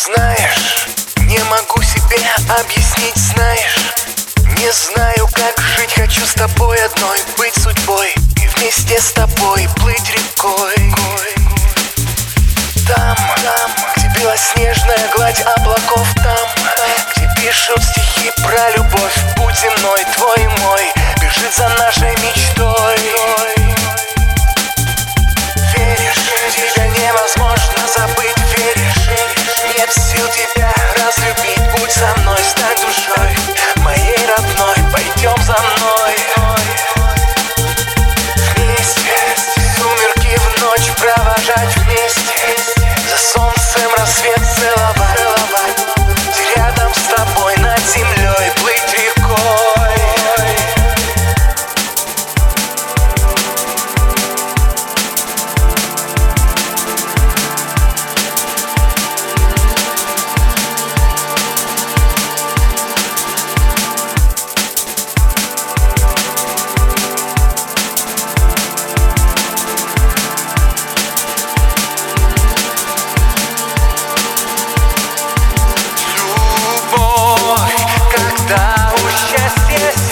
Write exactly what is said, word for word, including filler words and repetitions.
Знаешь, не могу себе объяснить, знаешь. Не знаю, как жить, хочу с тобой одной быть судьбой и вместе с тобой плыть рекой. Там, там, где белоснежная гладь облаков, там, где пишут стихи про любовь. Путь земной, твой и мой, бежит за нашей мечтой. Веришь, тебя невозможно забыть, веришь, нет сил тебя разлюбить. Будь со мной, стань душой моей родной, пойдем за мной. Вместе, сумерки в ночь провожать вместе, за солнцем рассвет целовать, рядом с тобой над землей плыть рекой. Когда у счастья